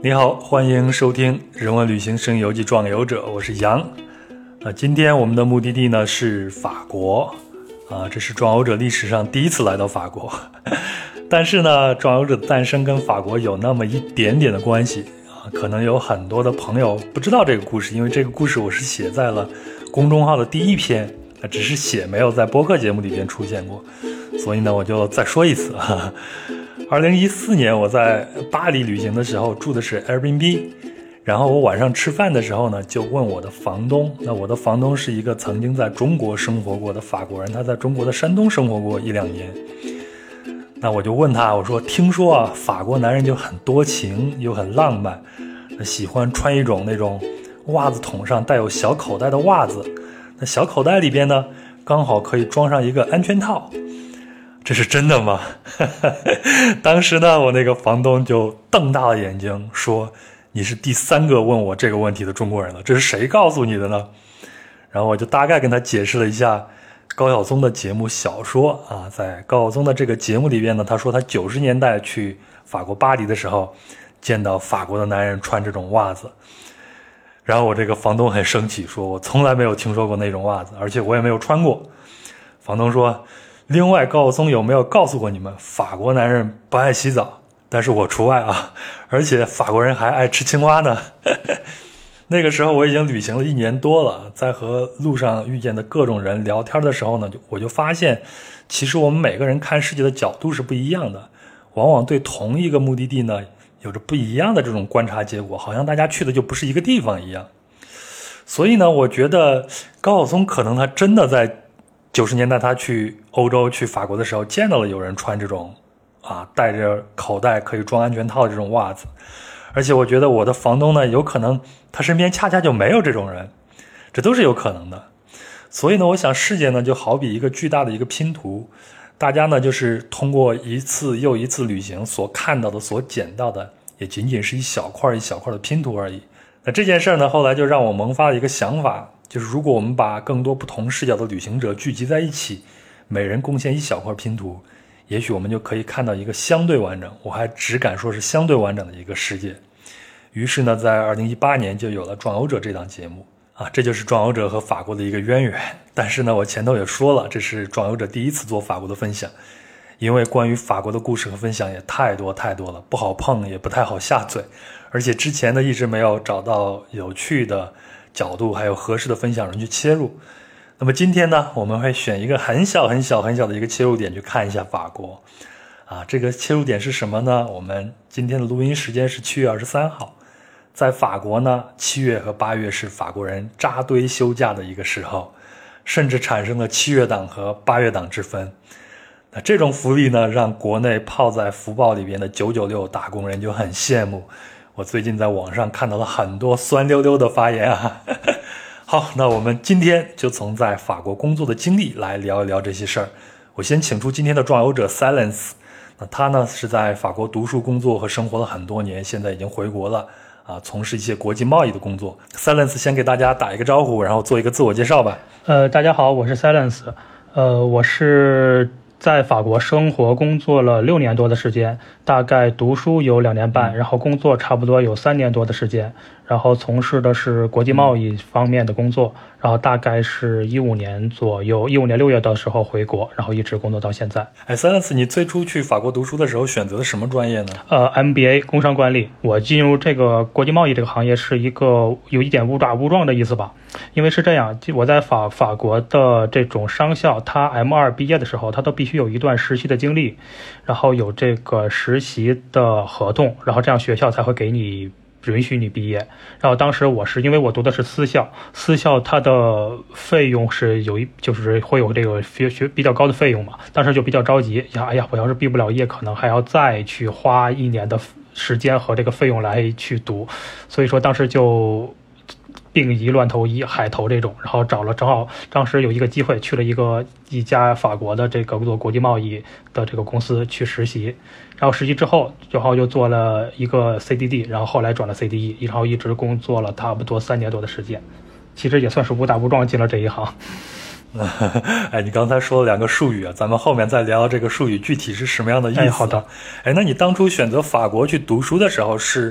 你好，欢迎收听人文旅行声游记壮游者，我是杨。今天我们的目的地呢是法国这是壮游者历史上第一次来到法国。但是呢，壮游者的诞生跟法国有那么一点点的关系可能有很多的朋友不知道这个故事，因为这个故事我是写在了公众号的第一篇，只是写没有在播客节目里边出现过，所以呢我就再说一次。2014年我在巴黎旅行的时候住的是 Airbnb， 然后我晚上吃饭的时候呢就问我的房东，那我的房东是一个曾经在中国生活过的法国人，他在中国的山东生活过1-2年。那我就问他，我说听说法国男人就很多情又很浪漫，喜欢穿一种那种袜子筒上带有小口袋的袜子，那小口袋里边呢刚好可以装上一个安全套，这是真的吗？当时呢我那个房东就瞪大了眼睛说，你是第3个问我这个问题的中国人了，这是谁告诉你的呢？然后我就大概跟他解释了一下高晓松的节目小说在高晓松的这个节目里边呢，他说他90年代去法国巴黎的时候见到法国的男人穿这种袜子，然后我这个房东很生气，说我从来没有听说过那种袜子，而且我也没有穿过。房东说，另外高晓松有没有告诉过你们，法国男人不爱洗澡，但是我除外而且法国人还爱吃青蛙呢。那个时候我已经旅行了1年多了，在和路上遇见的各种人聊天的时候呢，我就发现其实我们每个人看世界的角度是不一样的，往往对同一个目的地呢有着不一样的这种观察结果，好像大家去的就不是一个地方一样。所以呢，我觉得高晓松可能他真的在90年代他去欧洲去法国的时候见到了有人穿这种带着口袋可以装安全套的这种袜子，而且我觉得我的房东呢有可能他身边恰恰就没有这种人，这都是有可能的。所以呢，我想世界呢就好比一个巨大的一个拼图，大家呢就是通过一次又一次旅行所看到的所捡到的也仅仅是一小块一小块的拼图而已。那这件事呢后来就让我萌发了一个想法，就是如果我们把更多不同视角的旅行者聚集在一起，每人贡献一小块拼图，也许我们就可以看到一个相对完整，我还只敢说是相对完整的一个世界。于是呢，在2018年就有了壮游者这档节目这就是壮游者和法国的一个渊源。但是呢，我前头也说了，这是壮游者第一次做法国的分享，因为关于法国的故事和分享也太多太多了，不好碰也不太好下嘴，而且之前呢一直没有找到有趣的角度还有合适的分享人去切入。那么今天呢，我们会选一个很小很小很小的一个切入点去看一下法国这个切入点是什么呢？我们今天的录音时间是7月23号，在法国呢，7月和8月是法国人扎堆休假的一个时候，甚至产生了7月党和8月党之分。那这种福利呢，让国内泡在福报里边的996打工人就很羡慕。我最近在网上看到了很多酸溜溜的发言好，那我们今天就从在法国工作的经历来聊一聊这些事儿。我先请出今天的壮游者 Silence， 那他呢是在法国读书工作和生活了很多年，现在已经回国了从事一些国际贸易的工作。 Silence 先给大家打一个招呼，然后做一个自我介绍吧。 大家好，我是 Silence。我是在法国生活工作了6年多的时间，大概读书有2年半，然后工作差不多有3年多的时间，然后从事的是国际贸易方面的工作，然后大概是15年左右，15年6月的时候回国，然后一直工作到现在。 Silence， 你最初去法国读书的时候选择的什么专业呢 ？MBA 工商管理。我进入这个国际贸易这个行业是一个有一点误打误撞的意思吧，因为是这样，我在法国的这种商校，他 M2 毕业的时候，他都必须有一段实习的经历，然后有这个实习的合同，然后这样学校才会给你允许你毕业。然后当时因为我读的是私校它的费用是就是会有这个比较高的费用嘛，当时就比较着急，我要是毕不了业，可能还要再去花1年的时间和这个费用来去读，所以说当时就病急乱投医，海投这种，然后正好当时有一个机会去了一家法国的这个做国际贸易的这个公司去实习，然后实习之后然后又做了一个 CDD， 然后后来转了 CDE， 然后一直工作了差不多3年多的时间，其实也算是误打误撞进了这一行。 你刚才说了2个术语咱们后面再聊这个术语具体是什么样的意思。 好的。 那你当初选择法国去读书的时候是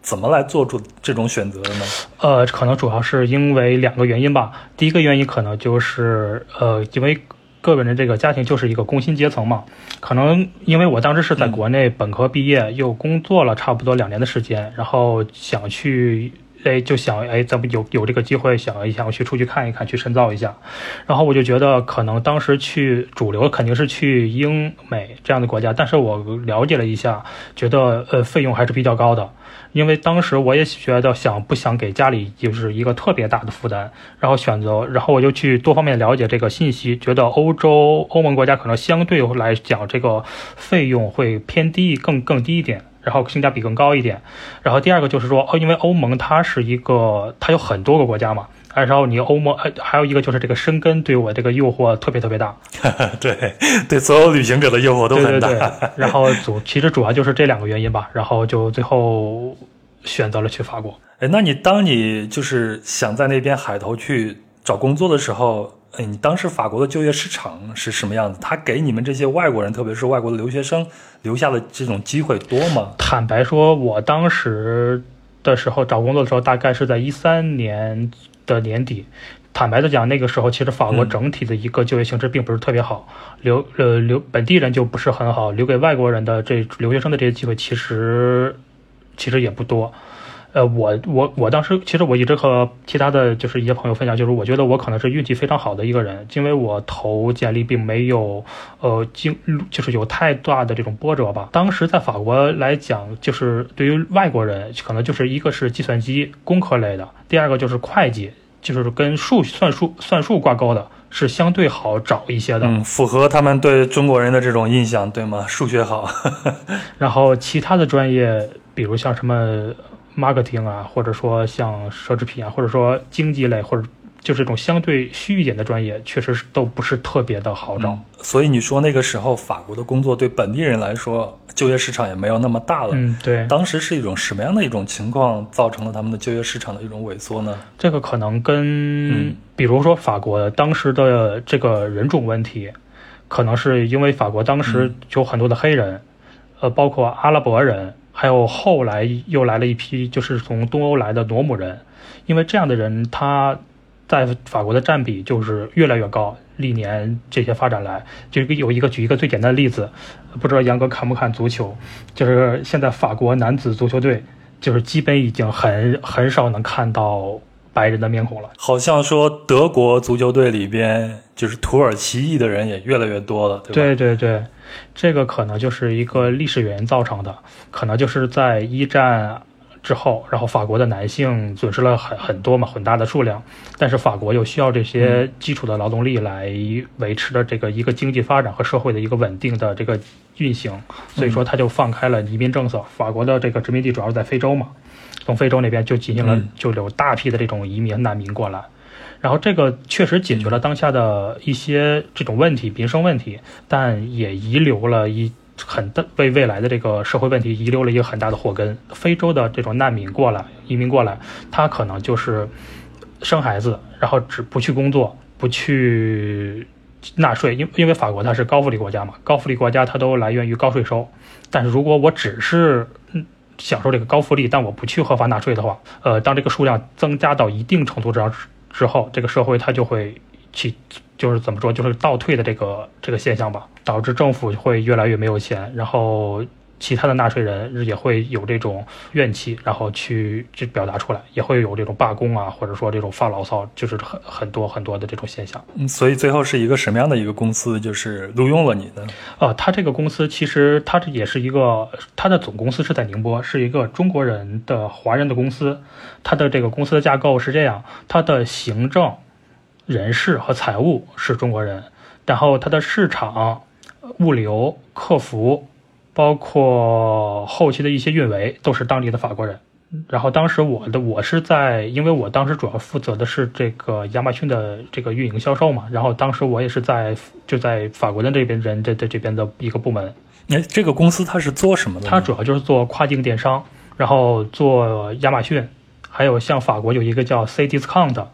怎么来做出这种选择的呢？ 可能主要是因为2个原因吧。第一个原因可能就是因为个人的这个家庭就是一个工薪阶层嘛，可能因为我当时是在国内本科毕业，又工作了差不多2年的时间，然后想去就想咱们有这个机会想去出去看一看，去深造一下。然后我就觉得可能当时去主流肯定是去英美这样的国家，但是我了解了一下，觉得费用还是比较高的。因为当时我也觉得不想给家里就是一个特别大的负担，然后我就去多方面了解这个信息，觉得欧盟国家可能相对来讲这个费用会偏低，更低一点，然后性价比更高一点。然后第二个就是说，因为欧盟它有很多个国家嘛，然后你欧盟还有一个就是这个申根对我这个诱惑特别特别大。 对所有旅行者的诱惑都很大。 对，然后其实主要就是这2个原因吧，然后就最后选择了去法国。 那当你就是想在那边海投去找工作的时候，你当时法国的就业市场是什么样子？他给你们这些外国人，特别是外国的留学生留下的这种机会多吗？ 坦白说，我当时的时候找工作的时候，大概是在13年的年底。坦白的讲，那个时候其实法国整体的一个就业形势并不是特别好，本地人就不是很好，留给外国人的留学生的这些机会其实也不多。我当时其实我一直和其他的就是一些朋友分享，就是我觉得我可能是运气非常好的一个人，因为我投简历并没有就是有太大的这种波折吧。当时在法国来讲，就是对于外国人可能就是一个是计算机工科类的，第二个就是会计，就是跟算术挂钩的，是相对好找一些的。 符合他们对中国人的这种印象，对吗？数学好。 然后其他的专业，比如像什么marketing 啊，或者说像奢侈品啊，或者说经济类，或者就是这种相对虚一点的专业，确实都不是特别的好找。 所以你说那个时候法国的工作对本地人来说就业市场也没有那么大了。 对。 当时是一种什么样的一种情况造成了他们的就业市场的一种萎缩呢？ 这个可能跟比如说法国当时的这个人种问题，可能是因为法国当时有很多的黑人，包括阿拉伯人，还有后来又来了一批就是从东欧来的罗姆人。因为这样的人他在法国的占比就是越来越高，历年这些发展来，就举一个最简单的例子，不知道杨哥看不看足球，就是现在法国男子足球队就是基本已经很少能看到白人的面孔了。好像说德国足球队里边就是土耳其裔的人也越来越多了，对吧？对，这个可能就是一个历史原因造成的，可能就是在1战之后，然后法国的男性损失了很大的数量，但是法国又需要这些基础的劳动力来维持的这个一个经济发展和社会的一个稳定的这个运行，所以说他就放开了移民政策。法国的这个殖民地主要是在非洲嘛，从非洲那边就进行了就有大批的这种移民难民过来，然后这个确实解决了当下的一些这种问题民生问题，但也遗留了为未来的这个社会问题遗留了一个很大的祸根。非洲的这种移民过来，他可能就是生孩子，然后不去工作，不去纳税，因为法国它是高福利国家嘛，高福利国家它都来源于高税收。但是如果我只是享受这个高福利，但我不去合法纳税的话，当这个数量增加到一定程度之后，这个社会它就会就是怎么说，就是倒退的这个现象吧，导致政府会越来越没有钱，然后其他的纳税人也会有这种怨气，然后去表达出来，也会有这种罢工啊，或者说这种发牢骚，就是很多的这种现象。 所以最后是一个什么样的一个公司就是录用了你呢？ 他这个公司其实它也是它的总公司是在宁波，是一个中国人的华人的公司。它的这个公司的架构是这样，它的行政、人事和财务是中国人，然后它的市场、物流、客服，包括后期的一些运维都是当地的法国人。然后当时因为我当时主要负责的是这个亚马逊的这个运营销售嘛，然后当时我也是在法国的这边这边的一个部门。 这个公司它是做什么的呢？ 它主要就是做跨境电商，然后做亚马逊，还有像法国有一个叫 Cdiscount，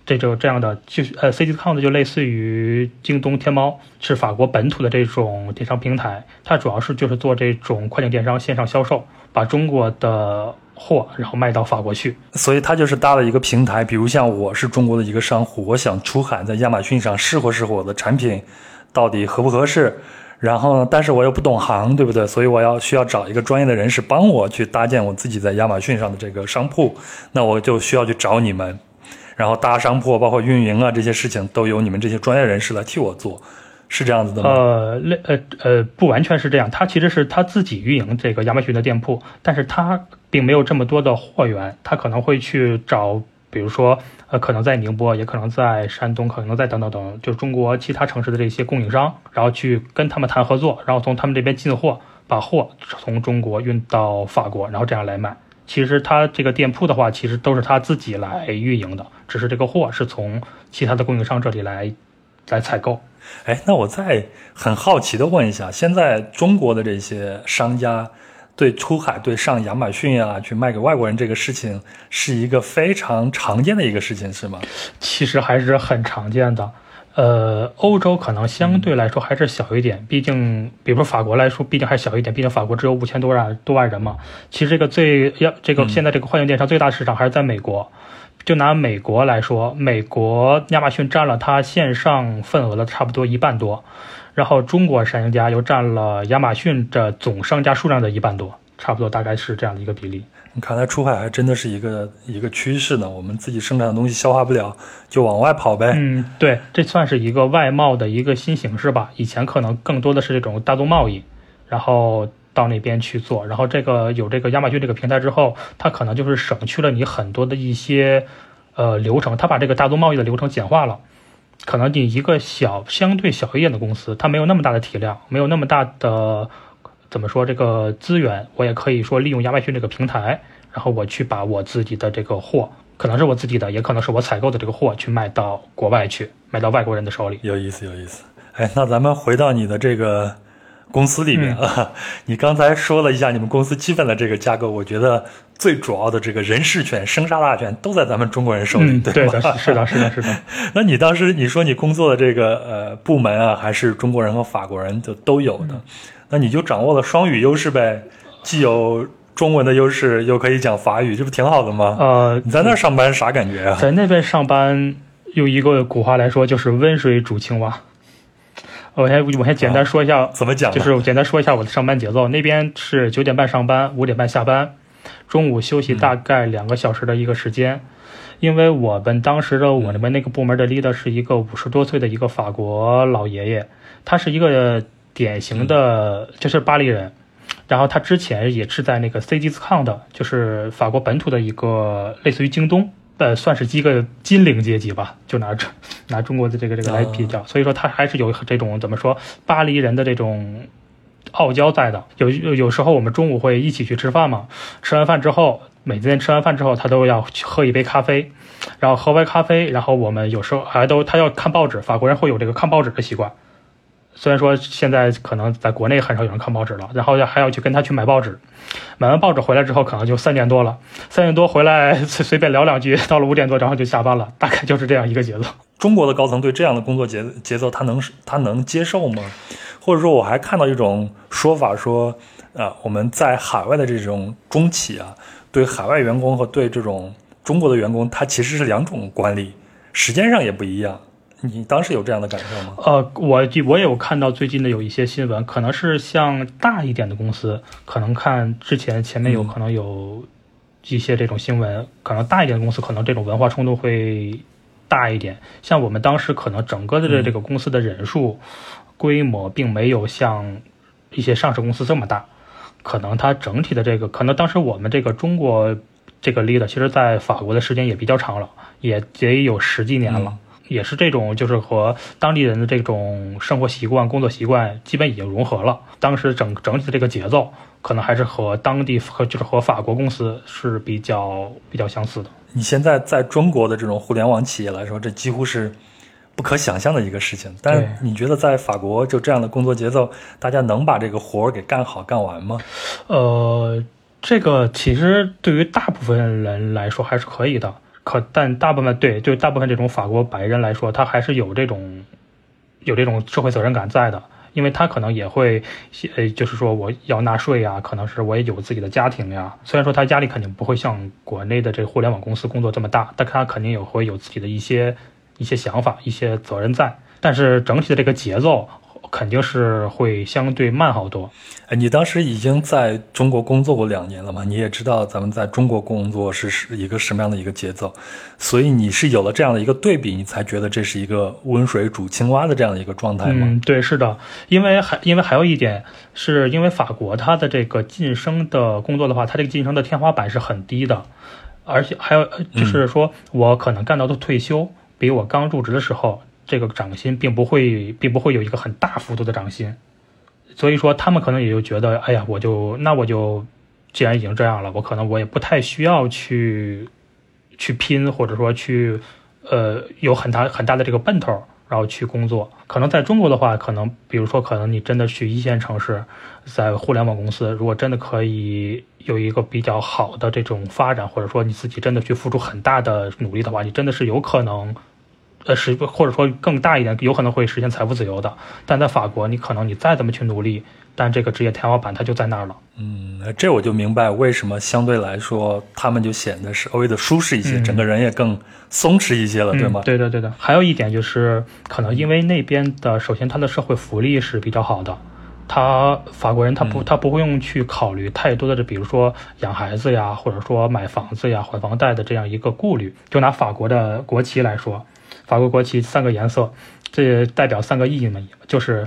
这样的，就是Cdiscount 就类似于京东、天猫，是法国本土的这种电商平台，它主要是就是做这种跨境电商线上销售，把中国的货然后卖到法国去。 所以它就是搭了一个平台，比如像我是中国的一个商户，我想出海，在亚马逊上试货我的产品到底合不合适，然后呢，但是我又不懂行，对不对？所以我需要找一个专业的人士帮我去搭建我自己在亚马逊上的这个商铺，那我就需要去找你们，然后搭商铺包括运营啊这些事情都由你们这些专业人士来替我做，是这样子的吗？ 不完全是这样，他其实是他自己运营这个亚马逊的店铺，但是他并没有这么多的货源，他可能会去找，比如说可能在宁波，也可能在山东，可能在等等等，就是中国其他城市的这些供应商，然后去跟他们谈合作，然后从他们这边进货，把货从中国运到法国，然后这样来卖。其实他这个店铺的话，其实都是他自己来运营的，只是这个货是从其他的供应商这里来采购。 哎，那我再很好奇的问一下，现在中国的这些商家对出海、对上亚马逊啊，去卖给外国人这个事情，是一个非常常见的一个事情，是吗？ 其实还是很常见的。欧洲可能相对来说还是小一点，毕竟，比如说法国来说，毕竟还小一点，毕竟法国只有5000多万人嘛。其实现在这个跨境电商最大市场还是在美国。就拿美国来说，美国亚马逊占了它线上份额的差不多1半多，然后中国商家又占了亚马逊的总商家数量的1半多，差不多大概是这样的一个比例。 你看来出海还真的是一个趋势呢，我们自己生产的东西消化不了，就往外跑呗。 对，这算是一个外贸的一个新形式吧。以前可能更多的是这种大宗贸易，然后到那边去做，然后有这个亚马逊这个平台之后，它可能就是省去了你很多的一些流程，它把这个大宗贸易的流程简化了。可能你一个相对小一点的公司，它没有那么大的体量，没有那么大的怎么说这个资源，我也可以说利用亚马逊这个平台，然后我去把我自己的这个货，可能是我自己的，也可能是我采购的这个货，去卖到国外去，卖到外国人的手里。 有意思。哎，那咱们回到你的这个公司里面啊，你刚才说了一下你们公司基本的这个架构，我觉得最主要的这个人事权、生杀大权都在咱们中国人手里，对吧？ 对的，是的。 那你当时你说你工作的这个部门啊，还是中国人和法国人都有的，那你就掌握了双语优势呗，既有中文的优势，又可以讲法语，这不挺好的吗？你在那儿上班啥感觉啊？ 在那边上班，用一个古话来说，就是温水煮青蛙。我先简单说一下， 怎么讲？ 就是我简单说一下我的上班节奏。那边是9点半上班，5点半下班，中午休息大概2个小时的一个时间。因为我们当时的我们那个部门的 leader 是一个50多岁的一个法国老爷爷，他是一个典型的就是巴黎人，然后他之前也是在那个 Cdiscount， 就是法国本土的一个类似于京东。算是一个金领阶级吧，就拿中国的这个来比较，所以说他还是有这种怎么说巴黎人的这种傲娇在的。有时候我们中午会一起去吃饭嘛，吃完饭之后，每天吃完饭之后他都要喝一杯咖啡，然后喝完咖啡，然后我们有时候他要看报纸，法国人会有这个看报纸的习惯。虽然说现在可能在国内很少有人看报纸了，然后还要去跟他去买报纸，买完报纸回来之后可能就3点多了，3点多回来随便聊两句，到了5点多然后就下班了，大概就是这样一个节奏。 中国的高层对这样的工作节奏他能接受吗？或者说我还看到一种说法说我们在海外的这种中企啊，对海外员工和对这种中国的员工，它其实是2种管理，时间上也不一样。你当时有这样的感受吗？ 我也有看到最近的有一些新闻，可能是像大一点的公司，可能看之前面可能有一些这种新闻，可能大一点的公司可能这种文化冲突会大一点。像我们当时可能整个的这个公司的人数规模并没有像一些上市公司这么大，可能它整体的这个，可能当时我们这个中国这个 leader 其实在法国的时间也比较长了，也得有10几年了。也是这种就是和当地人的这种生活习惯、工作习惯基本已经融合了。当时整体的这个节奏可能还是和当地就是和法国公司是比较相似的。 你现在在中国的这种互联网企业来说，这几乎是不可想象的一个事情。但你觉得在法国就这样的工作节奏，大家能把这个活给干好干完吗？ 这个其实对于大部分人来说还是可以的。 但大部分就大部分这种法国白人来说，他还是有这种社会责任感在的。因为他可能也会，就是说我要纳税呀，可能是我也有自己的家庭呀。虽然说他压力肯定不会像国内的这个互联网公司工作这么大，但他肯定也会有自己的一些想法、一些责任在。但是整体的这个节奏肯定是会相对慢好多。 你当时已经在中国工作过2年了嘛？你也知道咱们在中国工作是一个什么样的一个节奏，所以你是有了这样的一个对比，你才觉得这是一个温水煮青蛙的这样的一个状态吗？ 对，是的，因为还有一点，是因为法国它的这个晋升的工作的话，它这个晋升的天花板是很低的，而且还有就是说我可能干到的退休，比我刚入职的时候这个涨薪并不会有一个很大幅度的涨薪。所以说他们可能也就觉得，哎呀，我就既然已经这样了，我也不太需要去拼，或者说去有很大的这个奔头，然后去工作。可能在中国的话，比如说你真的去一线城市，在互联网公司，如果真的可以有一个比较好的这种发展，或者说你自己真的去付出很大的努力的话，你真的是有可能或者说更大一点，有可能会实现财富自由的。但在法国，你再怎么去努力，但这个职业天花板它就在那儿了。 这我就明白为什么相对来说他们就显得是稍微的舒适一些，整个人也更松弛一些了，对吗？ 对的。还有一点就是，可能因为那边的，首先它的社会福利是比较好的。法国人他不会用去考虑太多的，比如说养孩子呀，或者说买房子呀、还房贷的这样一个顾虑。就拿法国的国旗来说，法国国旗3个颜色，这代表3个意义嘛，就是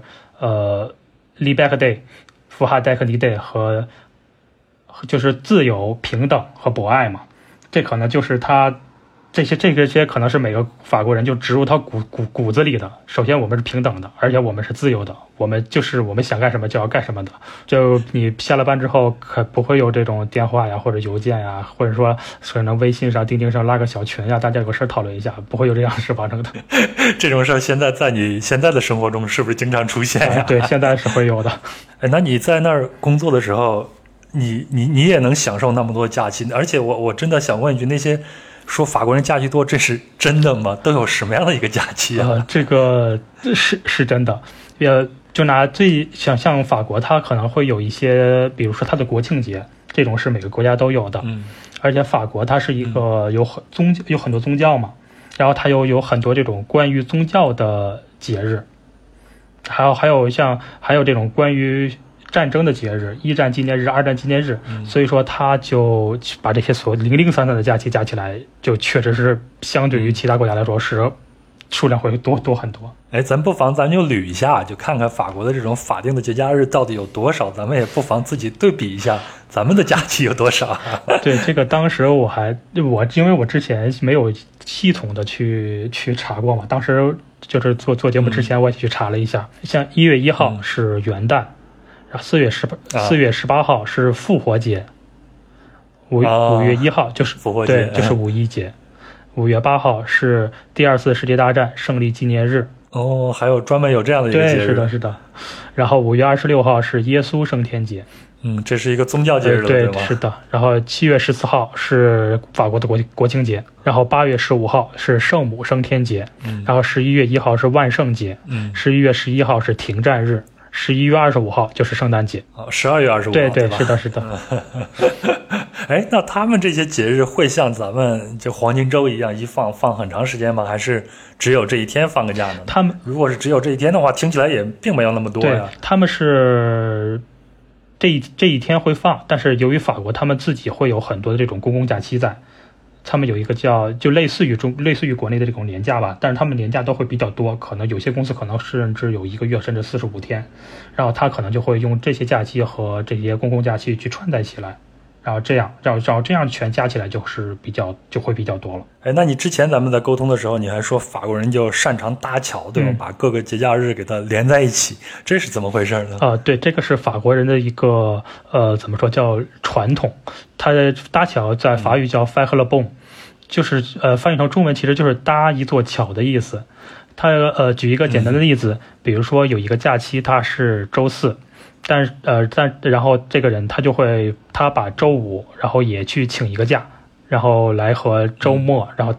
liberté、fraternité 和就是自由、平等和博爱嘛。这可能就是他这些可能是每个法国人就植入他骨子里的。首先我们是平等的，而且我们是自由的，我们想干什么就要干什么的。就你下了班之后可不会有这种电话呀或者邮件呀，或者说可能微信上钉钉上拉个小群呀，大家有个事儿讨论一下，不会有这样的事发生的。 这种事儿现在在你现在的生活中是不是经常出现呀？ 对，现在是会有的。 那你在那儿工作的时候，你也能享受那么多假期？而且我真的想问一句，那些说法国人假期多，这是真的吗？都有什么样的一个假期啊？ 这个是真的。就拿像法国，它可能会有一些，比如说它的国庆节，这种是每个国家都有的。而且法国它是一个有很多宗教嘛，然后它有很多这种关于宗教的节日，还有这种关于战争的节日，1战纪念日、2战纪念日。所以说他就把这些所零零散散的假期加起来，就确实是相对于其他国家来说是数量会多很多。 咱不妨就捋一下，就看看法国的这种法定的节假日到底有多少，咱们也不妨自己对比一下咱们的假期有多少。 对，这个当时因为我之前没有系统的去查过嘛，当时就是做节目之前我也去查了一下，像1月1号是元旦，然后4月18号是复活节，5月1号就是复活节， 对，就是五一节。5月8号是第2次世界大战胜利纪念日。 还有专门有这样的一个节日。 对，是的。然后5月26号是耶稣升天节。 这是一个宗教节日了，对吗？ 是的。然后7月14号是法国的国庆节。然后8月15号是圣母升天节。然后11月1号是万圣节。11月11号是停战日。11月25号就是圣诞节。 12月25号。 对，是的。 那他们这些节日会像咱们就黄金周一样一放很长时间吗？还是只有这一天放个假呢？ 他们如果是只有这一天的话，听起来也并没有那么多呀。 对，他们是这一天会放，但是由于法国他们自己会有很多的这种公共假期在，他们有一个就类似于国内的这种年假吧，但是他们年假都会比较多，可能有些公司可能甚至有1个月甚至45天，然后他可能就会用这些假期和这些公共假期去串在起来。然后这样全加起来就会比较多了。 那你之前咱们在沟通的时候，你还说法国人就擅长搭桥，对吗？把各个节假日给它连在一起，这是怎么回事呢？ 对，这个是法国人的一个怎么说叫传统。他的搭桥在法语叫 faire le pont， 就是翻译成中文其实就是搭一座桥的意思。他举一个简单的例子，比如说有一个假期它是周4。然后这个人他把周5然后也去请一个假， 然后来和周末，然后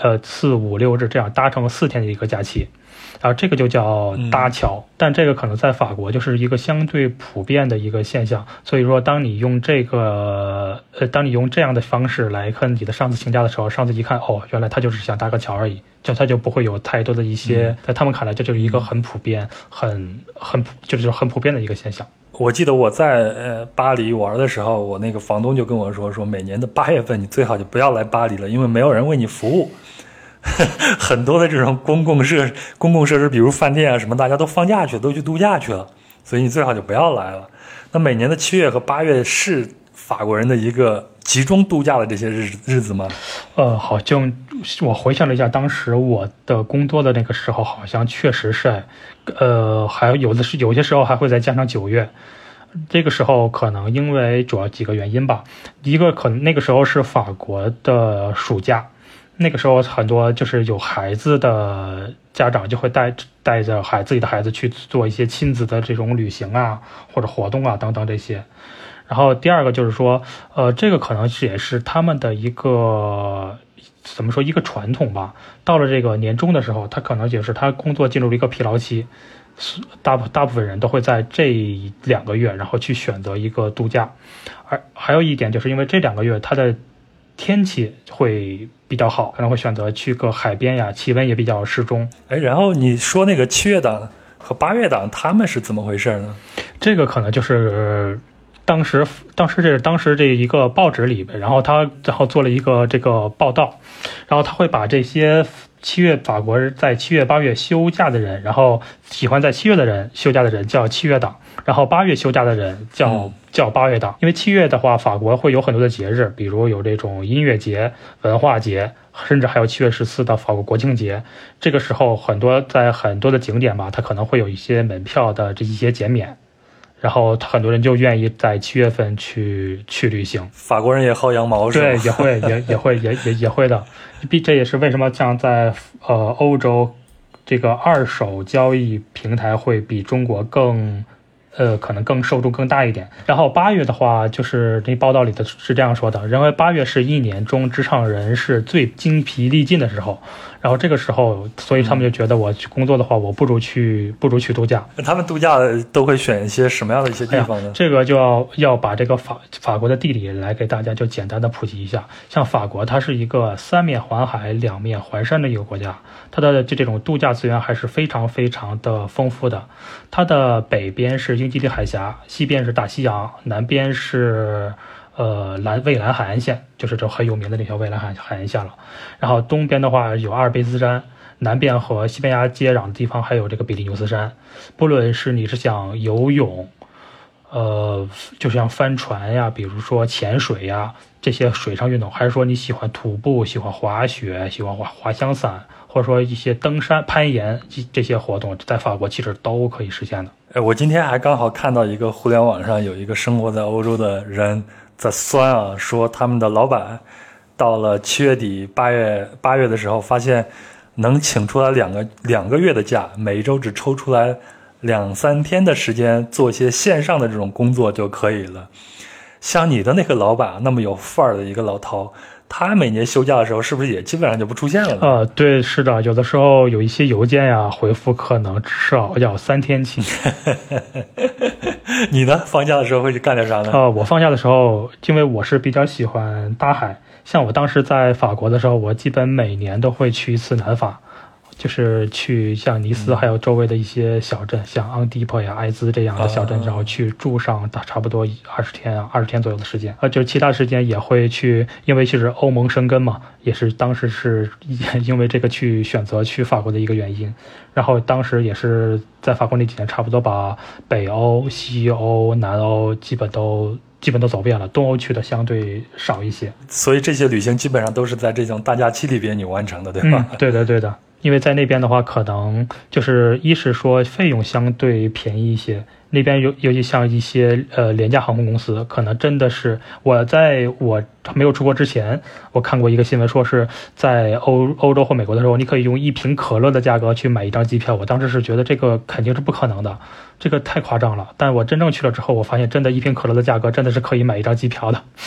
4、5、6日这样搭成4天的一个假期。然后这个就叫搭桥，但这个可能在法国就是一个相对普遍的一个现象。所以说，当你用这样的方式来和你的上司请假的时候，上司一看，哦，原来他就是想搭个桥而已，他就不会有太多的一些，在他们看来，这就是一个很普遍、很普遍的一个现象。 我记得我在巴黎玩的时候，我那个房东就跟我说每年的8月份你最好就不要来巴黎了，因为没有人为你服务。很多的这种公共设施，比如饭店啊什么，大家都放假去了，都去度假去了，所以你最好就不要来了。那每年的7月和8月是法国人的一个集中度假的这些日子吗？ 好像我回想了一下，当时我的工作的那个时候，好像确实是，还有些时候还会再加上9月。这个时候可能因为主要几个原因吧，一个可能那个时候是法国的暑假。那个时候很多就是有孩子的家长就会带着自己的孩子去做一些亲子的这种旅行啊，或者活动啊等等这些。然后第二个就是说，这个可能也是他们的一个怎么说一个传统吧。到了这个年终的时候，他可能也是他工作进入了一个疲劳期，大部分人都会在这2个月然后去选择一个度假。而还有一点就是因为这2个月它的天气会比较好，可能会选择去个海边呀，气温也比较适中。 然后你说那个7月档和8月档他们是怎么回事呢？ 这个可能就是当时这一个报纸里边，然后做了一个这个报道，然后他会把这些法国在7月8月休假的人，然后喜欢在7月的人休假的人叫7月档，然后8月休假的人叫8月档。因为7月的话，法国会有很多的节日，比如有这种音乐节、文化节，甚至还有7月14的法国国庆节。这个时候在很多的景点吧，它可能会有一些门票的这一些减免，然后很多人就愿意在7月份去旅行。 法国人也薅羊毛是吧？ 对，也会的。这也是为什么像在欧洲这个二手交易平台会比中国可能更受众更大一点。然后8月的话，就是那报道里的是这样说的，认为8月是一年中职场人是最精疲力尽的时候。然后这个时候，所以他们就觉得我去工作的话，我不如去度假。 他们度假都会选一些什么样的一些地方呢？ 这个就要把这个法国的地理来给大家就简单的普及一下。像法国，它是一个3面环海、2面环山的一个国家，它的这种度假资源还是非常非常的丰富的。它的北边是英吉利海峡，西边是大西洋，南边是蔚蓝海岸线，就是这很有名的那条蔚蓝海岸线了。然后东边的话有阿尔卑斯山，南边和西班牙接壤的地方还有这个比利牛斯山。不论是你是想游泳，就像帆船呀，比如说潜水呀这些水上运动，还是说你喜欢徒步、喜欢滑雪、喜欢滑翔伞，或者说一些登山、攀岩这些活动，在法国其实都可以实现的。 我今天还刚好看到一个互联网上有一个生活在欧洲的人在酸啊，说他们的老板到了7月底8月的时候，发现能请出来两个月的假，每一周只抽出来2-3天的时间做一些线上的这种工作就可以了。像你的那个老板那么有范儿的一个老头，他每年休假的时候是不是也基本上就不出现了呢？ 对，是的，有的时候有一些邮件呀回复可能至少要3天起。 你呢？放假的时候会去干点啥呢？ 我放假的时候，因为我是比较喜欢大海，像我当时在法国的时候，我基本每年都会去一次南法，就是去像尼斯还有周围的一些小镇，像昂蒂珀呀、埃兹这样的小镇，然后去住上差不多20天左右的时间。就是其他时间也会去，因为其实欧盟生根嘛，也是当时是因为这个去选择去法国的一个原因。然后当时也是在法国那几年，差不多把北欧、西欧、南欧基本都走遍了，东欧去的相对少一些。 所以这些旅行基本上都是在这种大假期里边你完成的，对吧？ 对的。因为在那边的话，可能就是一是说费用相对便宜一些，那边尤其像一些廉价航空公司，可能真的是在我没有出国之前，我看过一个新闻，说是在欧洲或美国的时候，你可以用1瓶可乐的价格去买一张机票。我当时是觉得这个肯定是不可能的，这个太夸张了。但我真正去了之后，我发现真的1瓶可乐的价格真的是可以买一张机票的。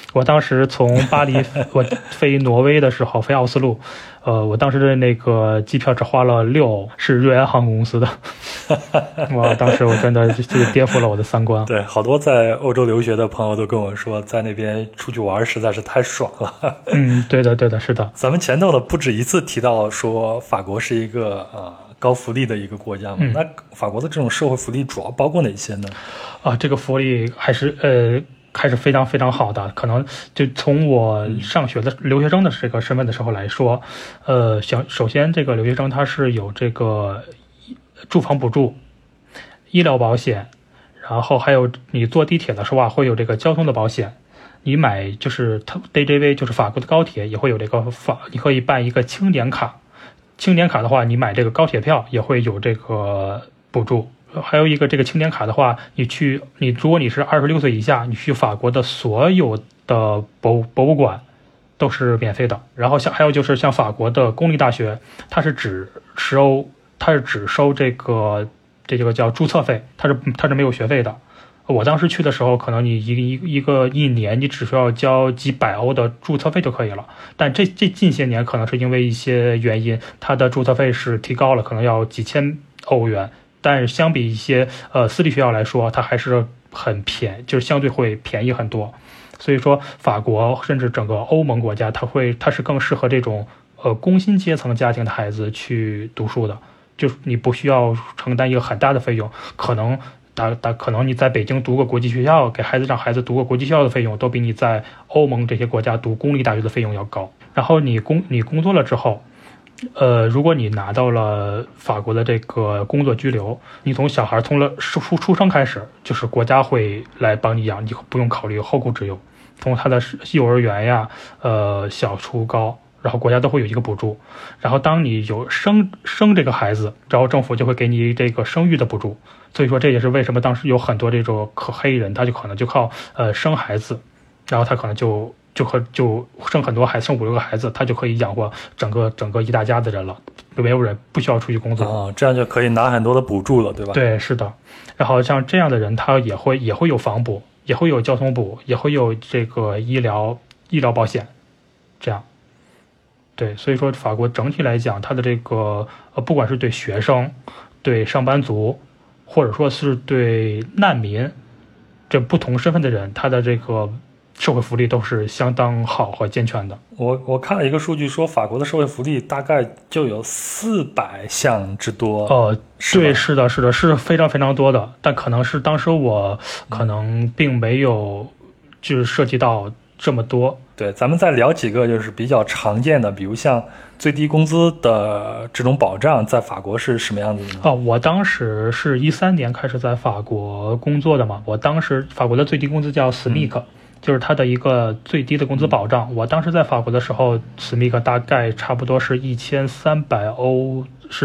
我当时从巴黎我飞挪威的时候，飞奥斯陆，我当时的那个机票只花了6欧，是瑞安航空公司的。哇，当时我真的就颠覆了我的三观。 对，好多在欧洲留学的朋友都跟我说，在那边出去玩实在是太爽了。 对的，是的。 咱们前头呢不止一次提到说法国是一个高福利的一个国家嘛，那法国的这种社会福利主要包括哪些呢？ 这个福利还是非常非常好的。可能就从我上学的留学生的这个身份的时候来说，首先这个留学生他是有这个住房补助、医疗保险，然后还有你坐地铁的时候会有这个交通的保险。你买就是它 DJV 就是法国的高铁也会有这个你可以办一个青年卡，青年卡的话，你买这个高铁票也会有这个补助。还有一个这个青年卡的话，如果你是26岁以下，你去法国的所有的博物馆都是免费的。然后还有就是像法国的公立大学，它是只收这个叫注册费，它是没有学费的。我当时去的时候，可能你一年你只需要交几百欧的注册费就可以了。但这近些年可能是因为一些原因，它的注册费是提高了，可能要几千欧元。但是相比一些私立学校来说，它还是很便宜，就是相对会便宜很多。所以说，法国甚至整个欧盟国家，它是更适合这种工薪阶层家庭的孩子去读书的，就是你不需要承担一个很大的费用，可能你在北京读个国际学校，让孩子读个国际学校的费用，都比你在欧盟这些国家读公立大学的费用要高。然后你工作了之后，如果你拿到了法国的这个工作居留，你从小孩从了出生开始，就是国家会来帮你养，你不用考虑后顾之忧。从他的幼儿园呀，小初高，然后国家都会有一个补助。然后当你有生这个孩子，然后政府就会给你这个生育的补助。所以说这也是为什么当时有很多这种黑人，他就可能就靠生孩子，然后他可能就生很多孩子，生5-6个孩子，他就可以养活整个一大家的人了，没有人不需要出去工作这样就可以拿很多的补助了，对吧？ 对，是的。然后像这样的人，他也会有房补，也会有交通补，也会有这个医疗保险，这样。对，所以说法国整体来讲，它的这个不管是对学生、对上班族，或者说是对难民这不同身份的人，他的这个社会福利都是相当好和健全的。 我看了一个数据说，法国的社会福利大概就有400项之多。 对，是的，是非常非常多的。但可能是当时我可能并没有就是涉及到这么多。 对，咱们再聊几个就是比较常见的，比如像最低工资的这种保障，在法国是什么样子的呢？ 我当时是13年开始在法国工作的嘛。我当时法国的最低工资叫 SMIC，就是它的一个最低的工资保障。我当时在法国的时候，SMIC大概差不多是1300欧，是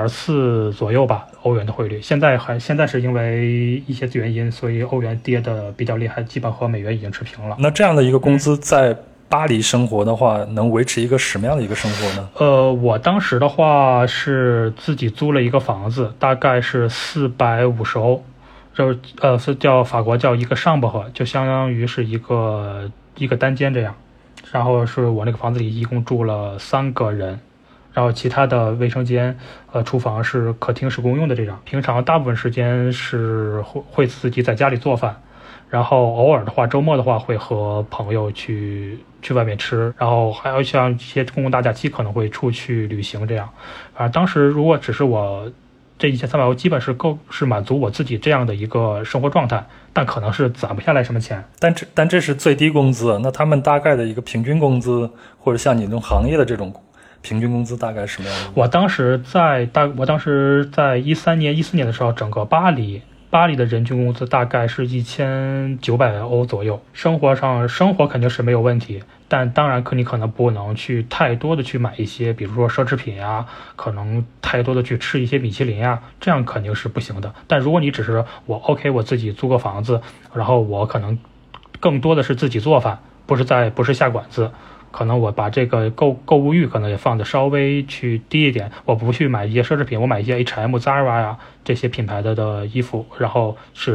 8.4左右吧，欧元的汇率。现在是因为一些原因，所以欧元跌的比较厉害，基本和美元已经持平了。 那这样的一个工资在巴黎生活的话，能维持一个什么样的一个生活呢？ 我当时的话是自己租了一个房子，大概是450欧。是法国叫一个上伯河，就相当于是一个单间这样。然后是我那个房子里一共住了3个人，然后其他的卫生间、厨房是客厅是公用的这样。平常大部分时间是会自己在家里做饭，然后偶尔的话，周末的话会和朋友去外面吃，然后还有像一些公共大假期可能会出去旅行这样。当时如果只是我这1300欧基本是满足我自己这样的一个生活状态，但可能是攒不下来什么钱。 但这是最低工资，那他们大概的一个平均工资，或者像你这种行业的这种平均工资大概什么样的？ 我当时在13年、14年的时候，整个巴黎的人均工资大概是1900欧左右。生活肯定是没有问题，但当然你可能不能去太多的去买一些，比如说奢侈品呀，可能太多的去吃一些米其林呀，这样肯定是不行的。但如果你只是我自己租个房子，然后我可能更多的是自己做饭，不是下馆子，可能我把这个购物欲可能也放的稍微去低一点，我不去买一些奢侈品，我买一些 H&M、Zara 呀这些品牌的衣服，然后是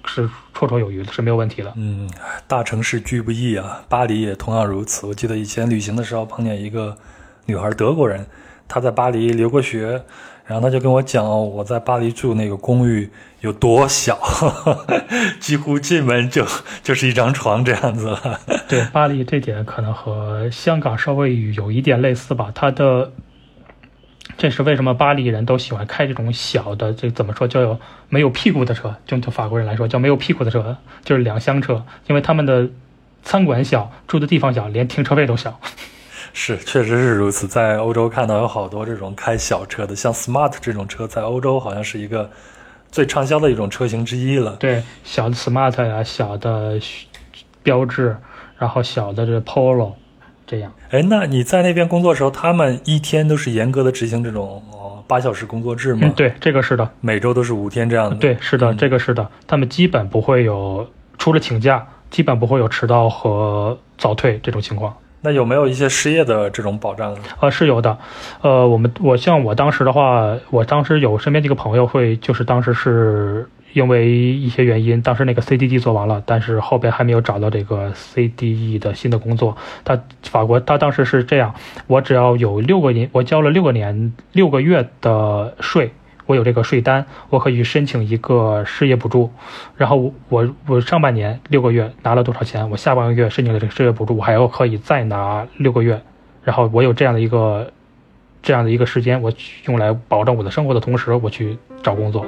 是绰绰有余的，是没有问题的。 大城市居不易啊，巴黎也同样如此。我记得以前旅行的时候碰见一个女孩，德国人，她在巴黎留过学，然后她就跟我讲，我在巴黎住那个公寓有多小，几乎进门就是一张床这样子了。 对，巴黎这点可能和香港稍微有一点类似吧，这是为什么巴黎人都喜欢开这种小的，这怎么说，叫没有屁股的车，就法国人来说叫没有屁股的车，就是两厢车，因为他们的餐馆小，住的地方小，连停车位都小。 是，确实是如此。在欧洲看到有好多这种开小车的，像 Smart 这种车，在欧洲好像是一个最畅销的一种车型之一了。 对，小的 Smart 呀，小的标致，然后小的这 Polo。这样， 那你在那边工作的时候，他们一天都是严格的执行这种8小时工作制吗？ 对，这个是的， 每周都是5天这样的。 对，是的，这个是的，他们基本不会有，除了请假，基本不会有迟到和早退这种情况。 那有没有一些失业的这种保障呢？ 是有的。像我当时的话，我当时有身边这个朋友就是当时是因为一些原因，当时那个 CDD 做完了，但是后边还没有找到这个 CDE 的新的工作。法国当时是这样，我只要有我交了6个月的税，我有这个税单，我可以申请一个失业补助。然后我上半年6个月拿了多少钱，我下半个月申请了这个失业补助，我还可以再拿6个月。然后我有这样的一个时间，我用来保证我的生活的同时，我去找工作。